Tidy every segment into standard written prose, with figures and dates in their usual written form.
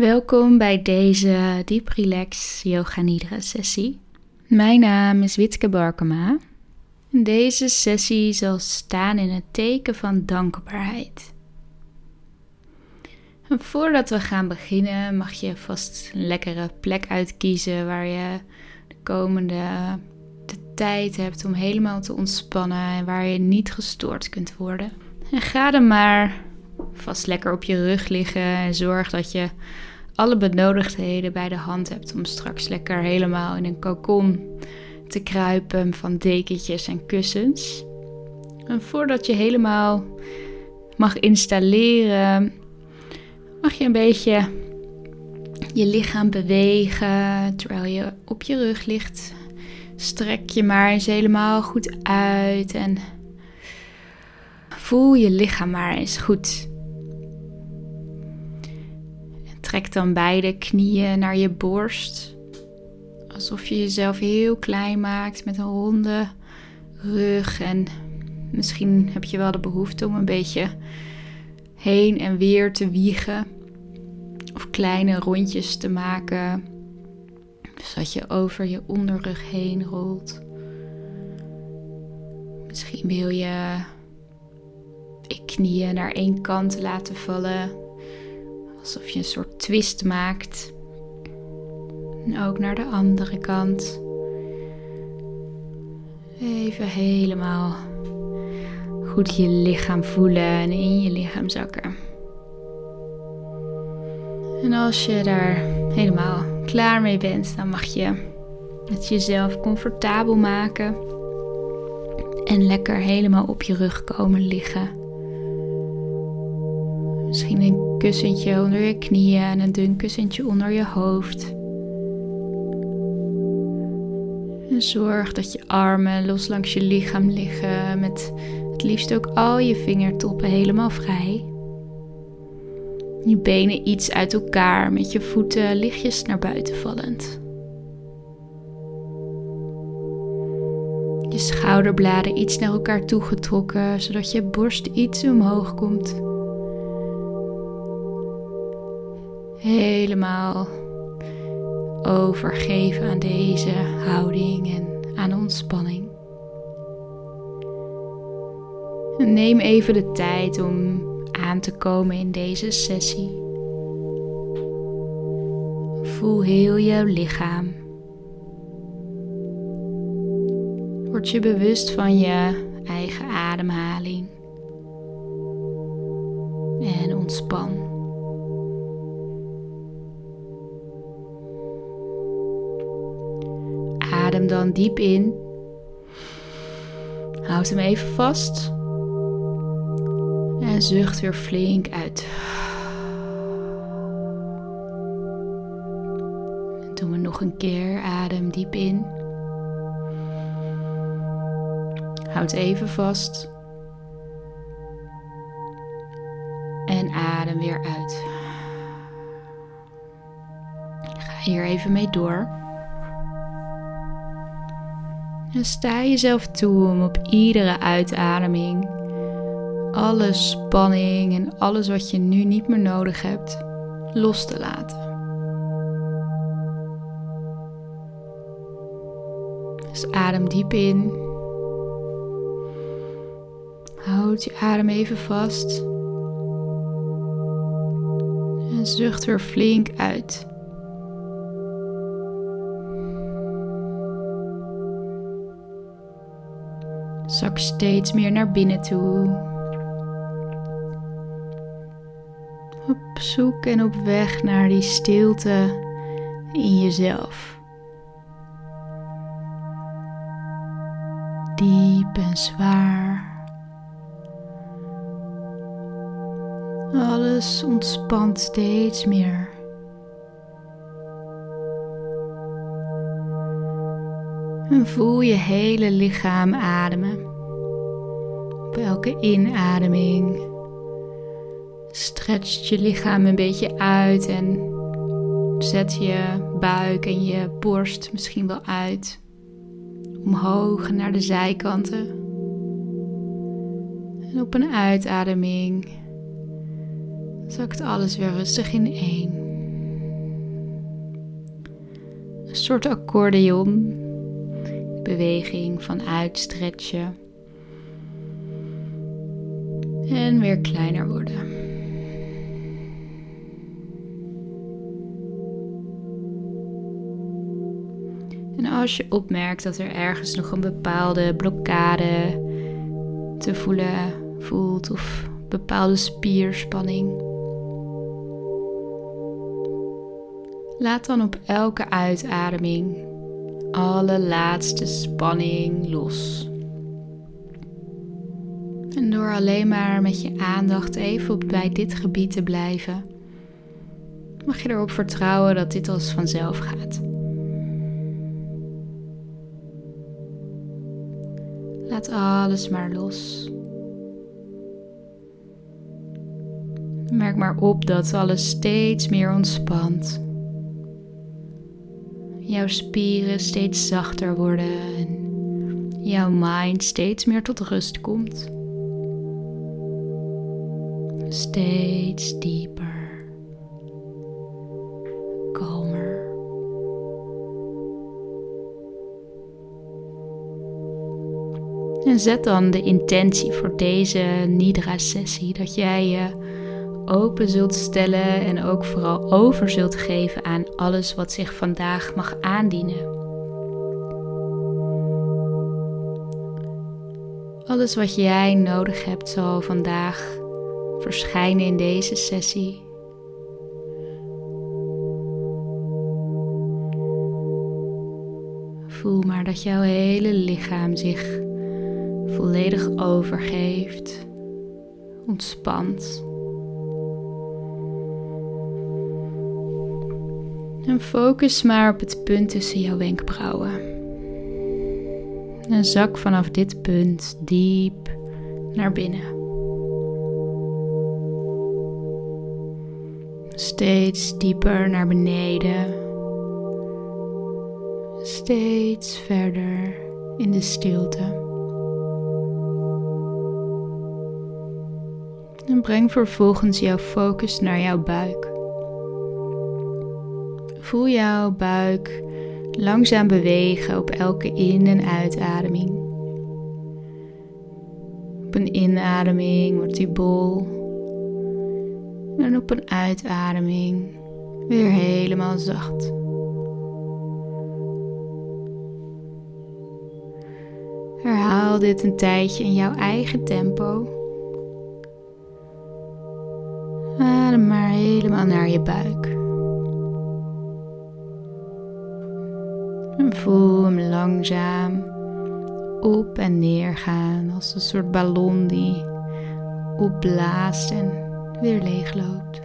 Welkom bij deze Diep Relax Yoga Nidra sessie. Mijn naam is Witke Barkema. Deze sessie zal staan in het teken van dankbaarheid. En voordat we gaan beginnen mag je vast een lekkere plek uitkiezen waar je de komende tijd hebt om helemaal te ontspannen en waar je niet gestoord kunt worden. En ga dan maar vast lekker op je rug liggen en zorg dat je alle benodigdheden bij de hand hebt om straks lekker helemaal in een cocon te kruipen van dekentjes en kussens. En voordat je helemaal mag installeren, mag je een beetje je lichaam bewegen terwijl je op je rug ligt. Strek je maar eens helemaal goed uit en voel je lichaam maar eens goed. Trek dan beide knieën naar je borst. Alsof je jezelf heel klein maakt met een ronde rug. En misschien heb je wel de behoefte om een beetje heen en weer te wiegen. Of kleine rondjes te maken. Zodat je over je onderrug heen rolt. Misschien wil je knieën naar één kant laten vallen. Alsof je een soort twist maakt. En ook naar de andere kant. Even helemaal goed je lichaam voelen en in je lichaam zakken. En als je daar helemaal klaar mee bent, dan mag je het jezelf comfortabel maken. En lekker helemaal op je rug komen liggen. Misschien een kussentje onder je knieën en een dun kussentje onder je hoofd. En zorg dat je armen los langs je lichaam liggen met het liefst ook al je vingertoppen helemaal vrij. Je benen iets uit elkaar met je voeten lichtjes naar buiten vallend. Je schouderbladen iets naar elkaar toegetrokken zodat je borst iets omhoog komt. Helemaal overgeven aan deze houding en aan ontspanning. En neem even de tijd om aan te komen in deze sessie. Voel heel jouw lichaam. Word je bewust van je eigen ademhaling. En ontspan. Adem dan diep in. Houd hem even vast. En zucht weer flink uit. En doen we nog een keer. Adem diep in. Houd even vast. En adem weer uit. Ga hier even mee door. En sta jezelf toe om op iedere uitademing alle spanning en alles wat je nu niet meer nodig hebt los te laten. Dus adem diep in. Houd je adem even vast. En zucht weer flink uit. Zak steeds meer naar binnen toe. Op zoek en op weg naar die stilte in jezelf. Diep en zwaar. Alles ontspant steeds meer. En voel je hele lichaam ademen. Op elke inademing stretch je lichaam een beetje uit en zet je buik en je borst misschien wel uit. Omhoog naar de zijkanten. En op een uitademing zakt alles weer rustig ineen. soort accordeon. Beweging van uitstretchen. En weer kleiner worden. En als je opmerkt dat er ergens nog een bepaalde blokkade te voelen voelt of bepaalde spierspanning, laat dan op elke uitademing alle laatste spanning los. En door alleen maar met je aandacht even bij dit gebied te blijven, mag je erop vertrouwen dat dit als vanzelf gaat. Laat alles maar los. Merk maar op dat alles steeds meer ontspant. Jouw spieren steeds zachter worden en jouw mind steeds meer tot rust komt. Steeds dieper, kalmer. En zet dan de intentie voor deze Nidra-sessie dat jij je open zult stellen en ook vooral over zult geven aan alles wat zich vandaag mag aandienen. Alles wat jij nodig hebt zal vandaag verschijnen in deze sessie. Voel maar dat jouw hele lichaam zich volledig overgeeft, ontspant. En focus maar op het punt tussen jouw wenkbrauwen. En zak vanaf dit punt diep naar binnen. Steeds dieper naar beneden. Steeds verder in de stilte. En breng vervolgens jouw focus naar jouw buik. Voel jouw buik langzaam bewegen op elke in- en uitademing. Op een inademing wordt die bol. En op een uitademing weer helemaal zacht. Herhaal dit een tijdje in jouw eigen tempo. Adem maar helemaal naar je buik. En voel hem langzaam op en neer gaan als een soort ballon die opblaast en weer leegloopt.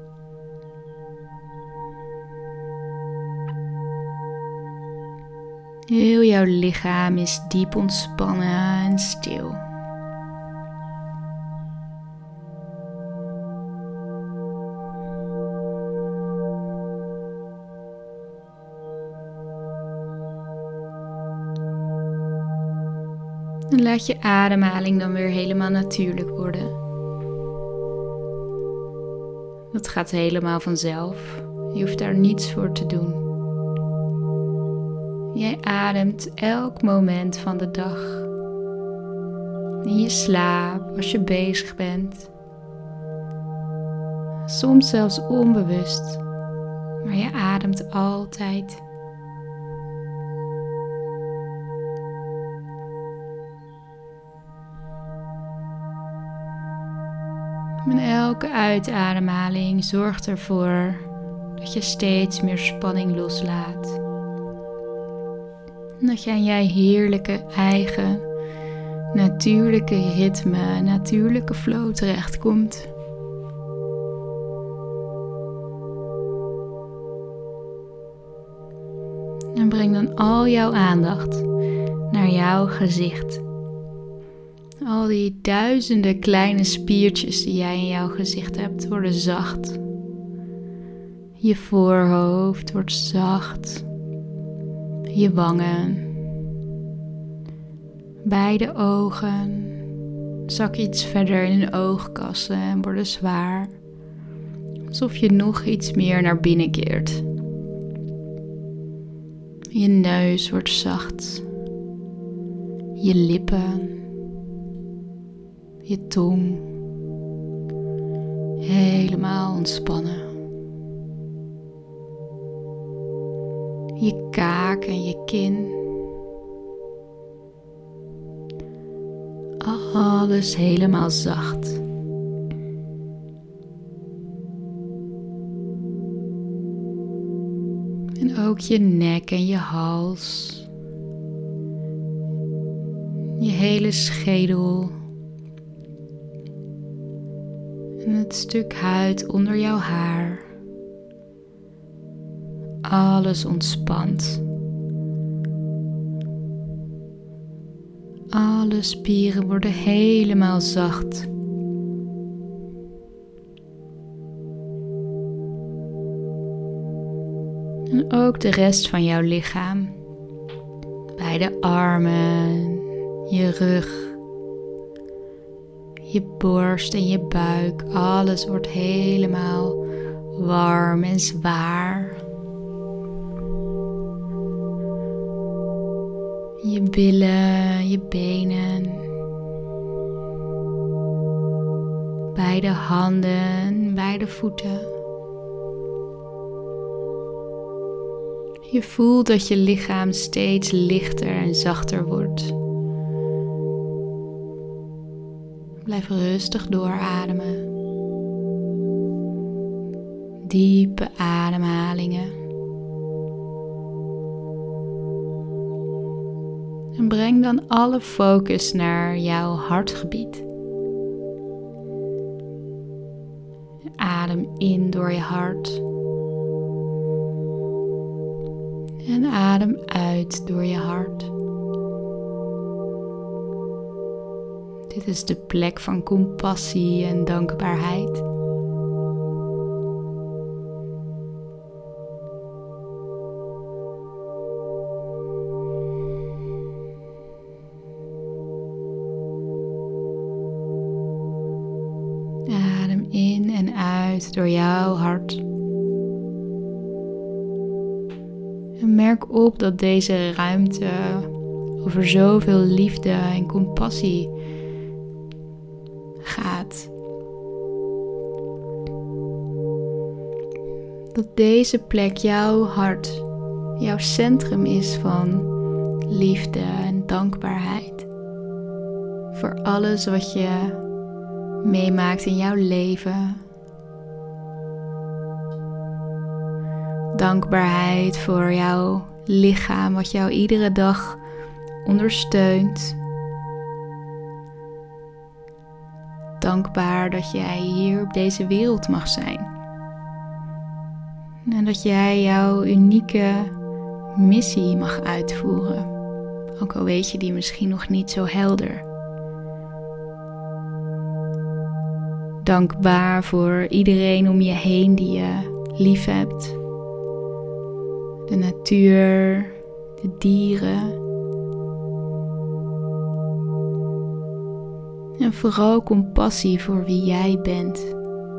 Heel jouw lichaam is diep ontspannen en stil. En laat je ademhaling dan weer helemaal natuurlijk worden. Dat gaat helemaal vanzelf. Je hoeft daar niets voor te doen. Jij ademt elk moment van de dag. In je slaap, als je bezig bent. Soms zelfs onbewust. Maar je ademt altijd. En elke uitademhaling zorgt ervoor dat je steeds meer spanning loslaat. En dat je aan jij heerlijke eigen, natuurlijke ritme, natuurlijke flow terechtkomt. En breng dan al jouw aandacht naar jouw gezicht. Al die duizenden kleine spiertjes die jij in jouw gezicht hebt, worden zacht. Je voorhoofd wordt zacht. Je wangen. Beide ogen zakken iets verder in hun oogkassen en worden zwaar. Alsof je nog iets meer naar binnen keert. Je neus wordt zacht. Je lippen. Je tong. Helemaal ontspannen. Je kaak en je kin. Alles helemaal zacht. En ook je nek en je hals. Je hele schedel. En het stuk huid onder jouw haar. Alles ontspant. Alle spieren worden helemaal zacht. En ook de rest van jouw lichaam. Bij de armen, je rug, je borst en je buik. Alles wordt helemaal warm en zwaar. Je billen, je benen. Beide handen, beide voeten. Je voelt dat je lichaam steeds lichter en zachter wordt. Blijf rustig doorademen. Diepe ademhalingen. En breng dan alle focus naar jouw hartgebied. Adem in door je hart. En adem uit door je hart. Dit is de plek van compassie en dankbaarheid. Adem in en uit door jouw hart. En merk op dat deze ruimte over zoveel liefde en compassie gaat. Dat deze plek jouw hart, jouw centrum is van liefde en dankbaarheid. Voor alles wat je meemaakt in jouw leven. Dankbaarheid voor jouw lichaam, wat jou iedere dag ondersteunt. Dankbaar dat jij hier op deze wereld mag zijn. En dat jij jouw unieke missie mag uitvoeren. Ook al weet je die misschien nog niet zo helder. Dankbaar voor iedereen om je heen die je lief hebt. De natuur, de dieren. En vooral compassie voor wie jij bent.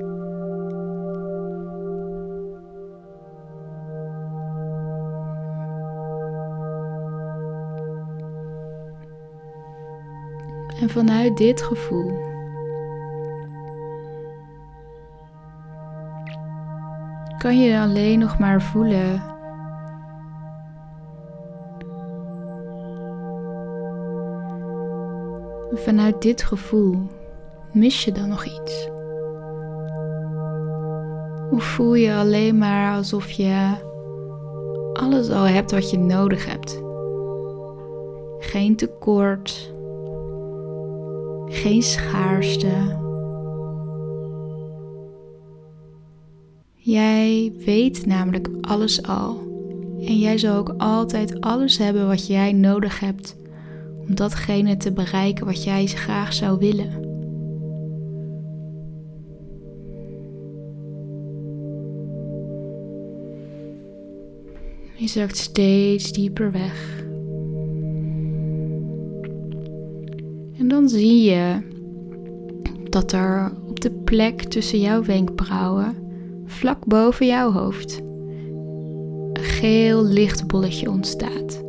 En vanuit dit gevoel kan je alleen nog maar voelen vanuit dit gevoel mis je dan nog iets? Of voel je alleen maar alsof je alles al hebt wat je nodig hebt? Geen tekort, geen schaarste. Jij weet namelijk alles al. En jij zal ook altijd alles hebben wat jij nodig hebt om datgene te bereiken wat jij graag zou willen. Je zakt steeds dieper weg. En dan zie je dat er op de plek tussen jouw wenkbrauwen, vlak boven jouw hoofd, een geel lichtbolletje ontstaat.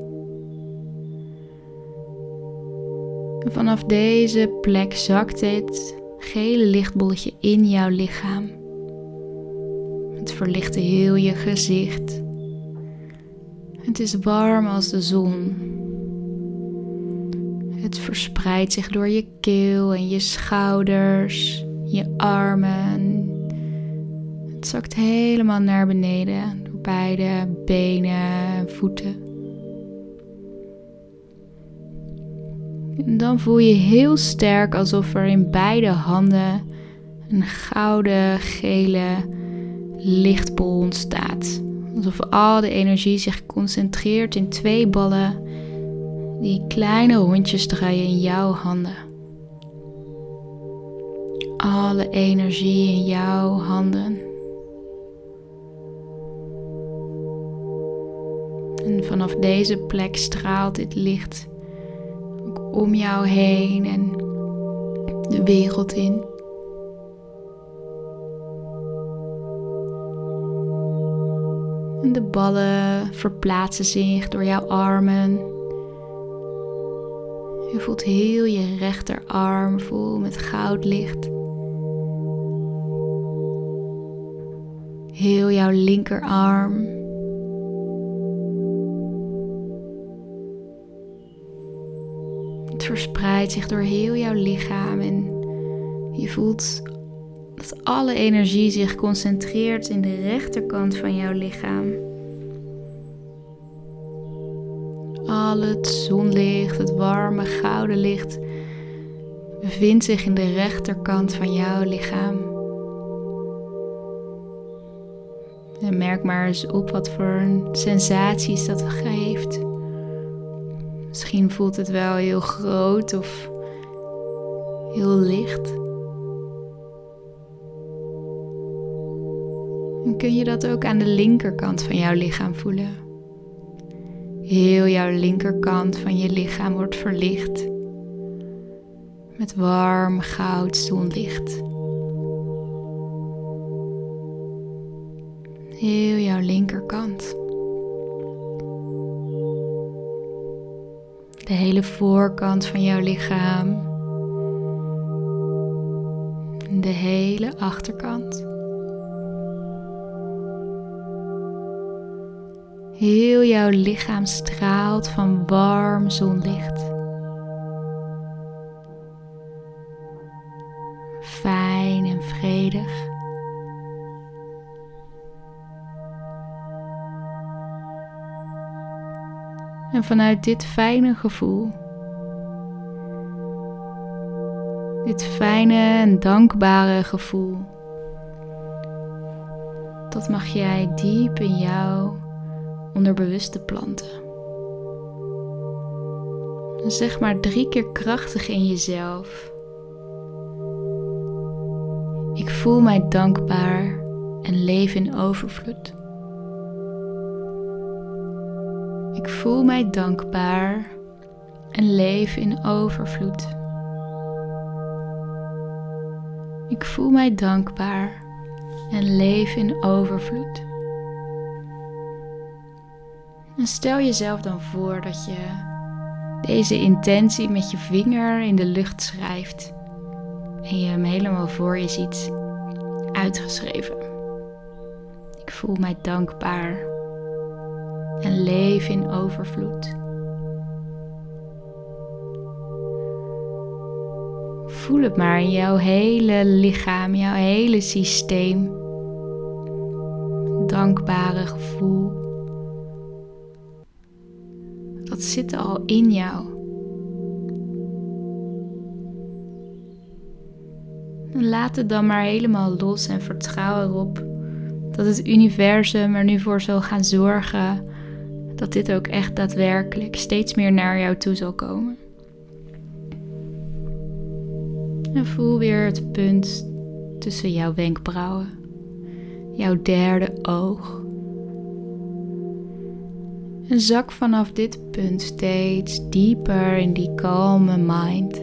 En vanaf deze plek zakt dit gele lichtbolletje in jouw lichaam. Het verlicht heel je gezicht. Het is warm als de zon. Het verspreidt zich door je keel en je schouders, je armen. Het zakt helemaal naar beneden door beide benen en voeten. En dan voel je heel sterk alsof er in beide handen een gouden, gele lichtbol ontstaat. Alsof al de energie zich concentreert in 2 ballen die kleine rondjes draaien in jouw handen. Alle energie in jouw handen. En vanaf deze plek straalt dit licht ook om jou heen en de wereld in. En de ballen verplaatsen zich door jouw armen. Je voelt heel je rechterarm vol met goudlicht. Heel jouw linkerarm. Het verspreidt zich door heel jouw lichaam en je voelt dat alle energie zich concentreert in de rechterkant van jouw lichaam. Al het zonlicht, het warme gouden licht, bevindt zich in de rechterkant van jouw lichaam. En merk maar eens op wat voor sensaties dat geeft. Misschien voelt het wel heel groot of heel licht. En kun je dat ook aan de linkerkant van jouw lichaam voelen? Heel jouw linkerkant van je lichaam wordt verlicht met warm goud zonlicht. Heel jouw linkerkant. De hele voorkant van jouw lichaam. De hele achterkant. Heel jouw lichaam straalt van warm zonlicht. Fijn en vredig. En vanuit dit fijne gevoel, dit fijne en dankbare gevoel, dat mag jij diep in jouw onderbewuste planten. Zeg maar 3 keer krachtig in jezelf. Ik voel mij dankbaar en leef in overvloed. Ik voel mij dankbaar en leef in overvloed. Ik voel mij dankbaar en leef in overvloed. En stel jezelf dan voor dat je deze intentie met je vinger in de lucht schrijft en je hem helemaal voor je ziet uitgeschreven. Ik voel mij dankbaar en leef in overvloed. Voel het maar in jouw hele lichaam, jouw hele systeem. Dankbare gevoel. Dat zit al in jou. En laat het dan maar helemaal los en vertrouw erop dat het universum er nu voor zal gaan zorgen dat dit ook echt daadwerkelijk steeds meer naar jou toe zal komen. En voel weer het punt tussen jouw wenkbrauwen, jouw derde oog. En zak vanaf dit punt steeds dieper in die kalme mind.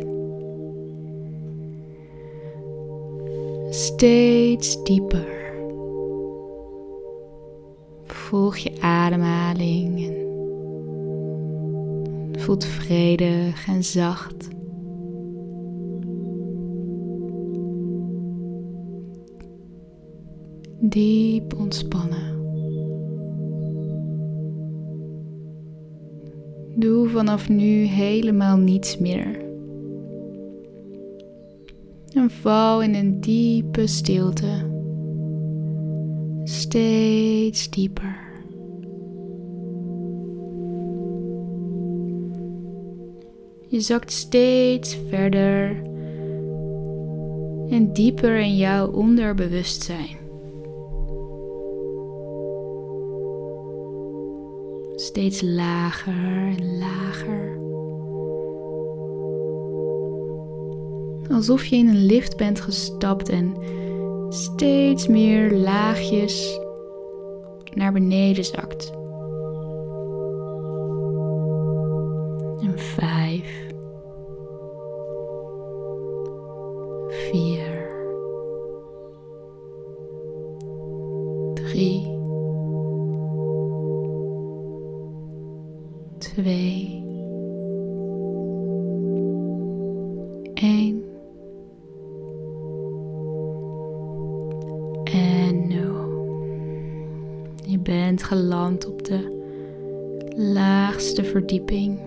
Steeds dieper. Volg je ademhaling en voelt vredig en zacht. Diep ontspannen. Doe vanaf nu helemaal niets meer. En val in een diepe stilte. Steeds dieper. Je zakt steeds verder en dieper in jouw onderbewustzijn. Steeds lager en lager. Alsof je in een lift bent gestapt en steeds meer laagjes naar beneden zakt. En 5, 4, 3, 2, 1 en 0. Je bent geland op de laagste verdieping.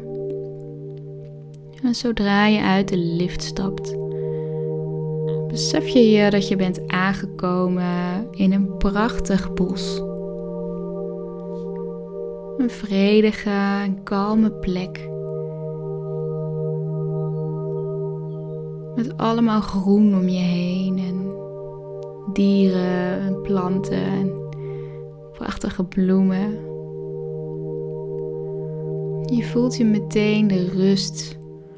En zodra je uit de lift stapt, besef je dat je bent aangekomen in een prachtig bos. Een vredige en kalme plek. Met allemaal groen om je heen en dieren en planten en prachtige bloemen. Je voelt je meteen de rust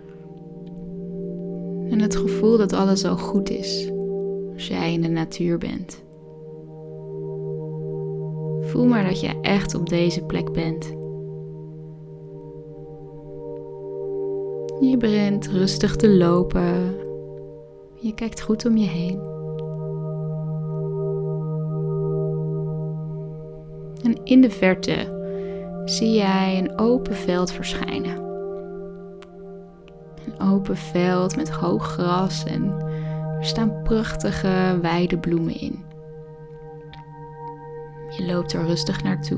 en het gevoel dat alles al goed is als jij in de natuur bent. Voel maar dat je echt op deze plek bent. Je begint rustig te lopen. Je kijkt goed om je heen. En in de verte zie jij een open veld verschijnen. Een open veld met hoog gras en er staan prachtige weidebloemen in. Je loopt er rustig naartoe.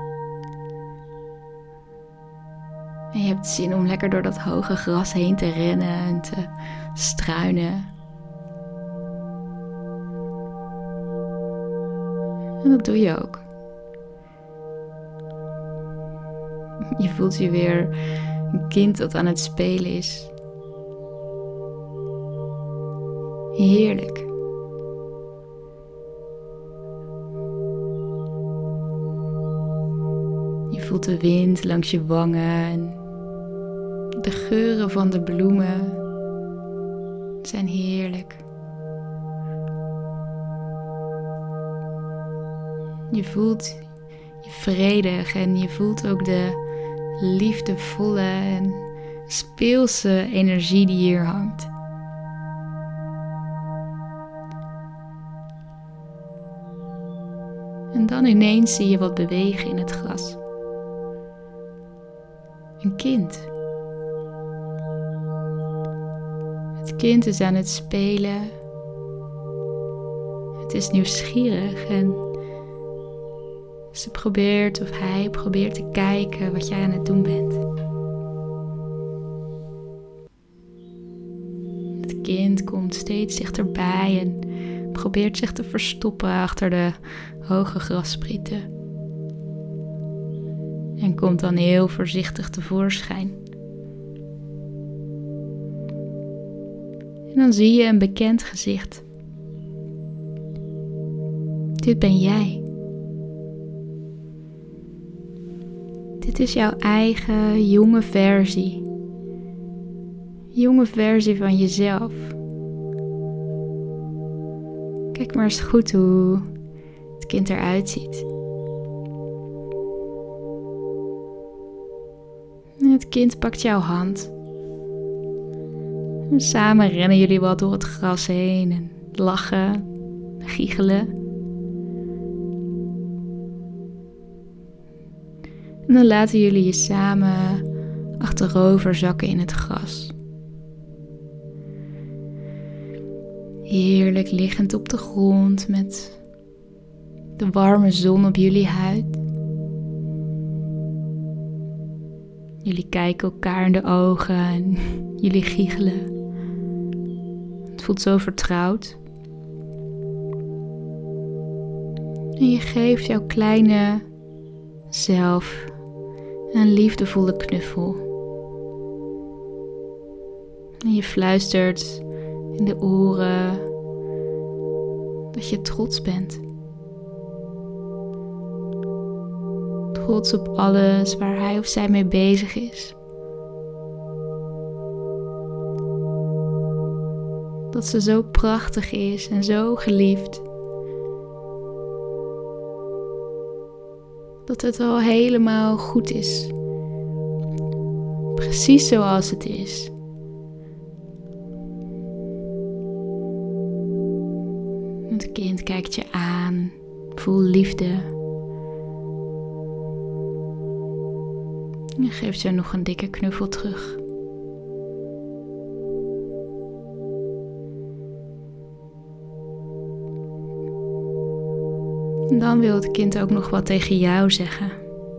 En je hebt zin om lekker door dat hoge gras heen te rennen en te struinen. En dat doe je ook. Je voelt je weer een kind dat aan het spelen is. Heerlijk. Je voelt de wind langs je wangen en de geuren van de bloemen zijn heerlijk. Je voelt je vredig en je voelt ook de liefdevolle en speelse energie die hier hangt. En dan ineens zie je wat bewegen in het gras. Een kind. Het kind is aan het spelen. Het is nieuwsgierig en hij probeert te kijken wat jij aan het doen bent. Het kind komt steeds dichterbij en probeert zich te verstoppen achter de hoge grassprieten. En komt dan heel voorzichtig tevoorschijn. En dan zie je een bekend gezicht. Dit ben jij. Dit is jouw eigen jonge versie. Jonge versie van jezelf. Kijk maar eens goed hoe het kind eruit ziet. En het kind pakt jouw hand. En samen rennen jullie wat door het gras heen en lachen, giechelen. En dan laten jullie je samen achterover zakken in het gras. Heerlijk liggend op de grond met de warme zon op jullie huid. Jullie kijken elkaar in de ogen en jullie giechelen. Het voelt zo vertrouwd. En je geeft jouw kleine zelf een liefdevolle knuffel. En je fluistert in de oren dat je trots bent. Trots op alles waar hij of zij mee bezig is. Dat ze zo prachtig is en zo geliefd. Dat het al helemaal goed is. Precies zoals het is. Het kind kijkt je aan. Voel liefde. En geeft je nog een dikke knuffel terug. En dan wil het kind ook nog wat tegen jou zeggen.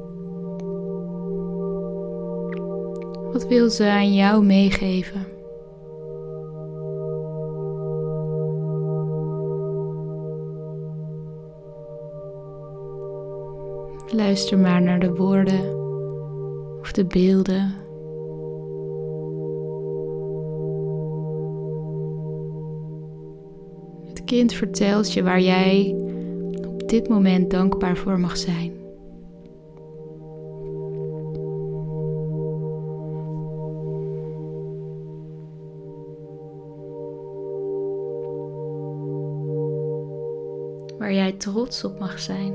Wat wil ze aan jou meegeven? Luister maar naar de woorden of de beelden. Het kind vertelt je waar jij op dit moment dankbaar voor mag zijn. Waar jij trots op mag zijn.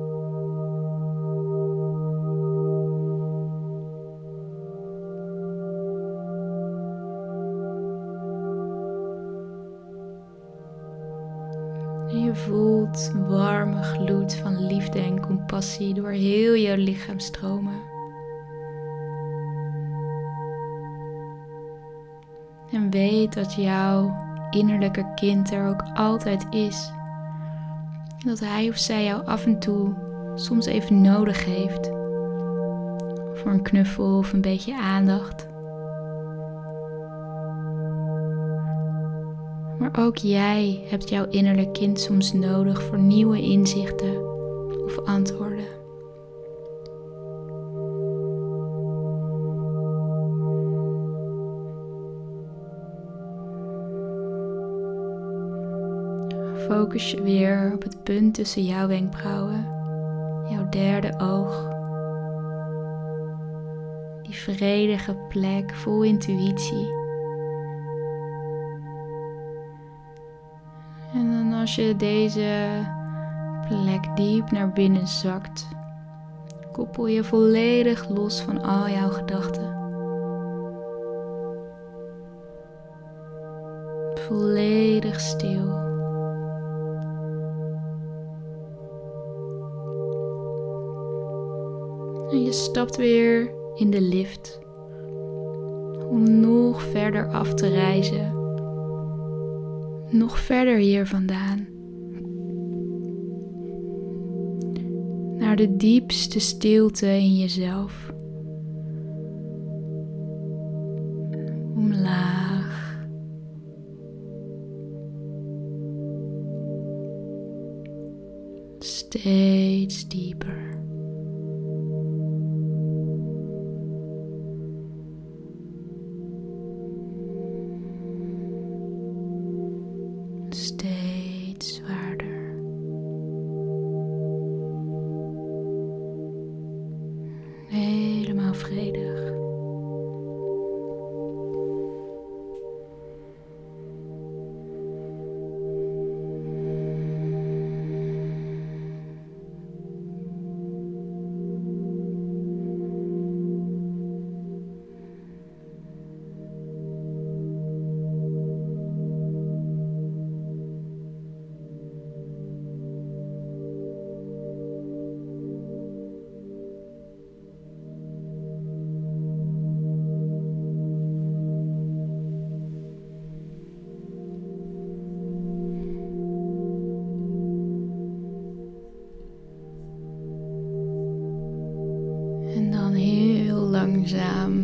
En je voelt een warme gloed van liefde en compassie door heel jouw lichaam stromen. En weet dat jouw innerlijke kind er ook altijd is. En dat hij of zij jou af en toe soms even nodig heeft. Voor een knuffel of een beetje aandacht. Maar ook jij hebt jouw innerlijk kind soms nodig voor nieuwe inzichten of antwoorden. Focus je weer op het punt tussen jouw wenkbrauwen, jouw derde oog. Die vredige plek vol intuïtie. En dan als je deze plek diep naar binnen zakt, koppel je volledig los van al jouw gedachten. Volledig stil. En je stapt weer in de lift om nog verder af te reizen. Nog verder hier vandaan. Naar de diepste stilte in jezelf. Omlaag. Steeds dieper. Steeds zwaarder. Helemaal vredig. langzaam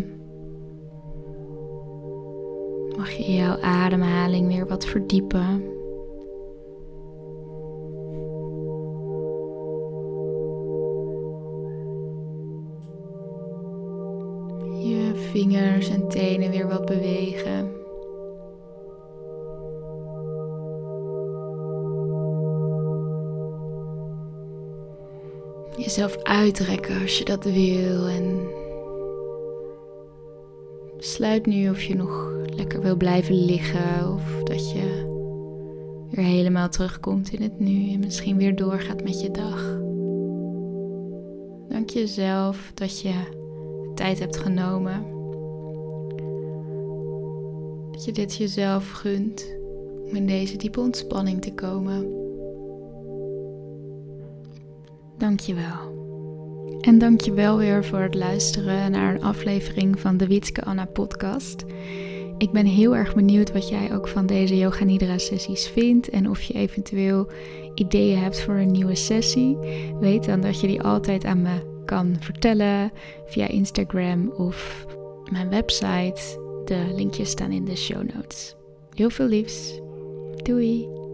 mag je jouw ademhaling weer wat verdiepen. Je vingers en tenen weer wat bewegen. Jezelf uitrekken als je dat wil en besluit nu of je nog lekker wil blijven liggen of dat je weer helemaal terugkomt in het nu en misschien weer doorgaat met je dag. Dank jezelf dat je de tijd hebt genomen. Dat je dit jezelf gunt om in deze diepe ontspanning te komen. Dank je wel. En dank je wel weer voor het luisteren naar een aflevering van de Wietske Anna podcast. Ik ben heel erg benieuwd wat jij ook van deze Yoga Nidra sessies vindt en of je eventueel ideeën hebt voor een nieuwe sessie. Weet dan dat je die altijd aan me kan vertellen via Instagram of mijn website. De linkjes staan in de show notes. Heel veel liefs. Doei!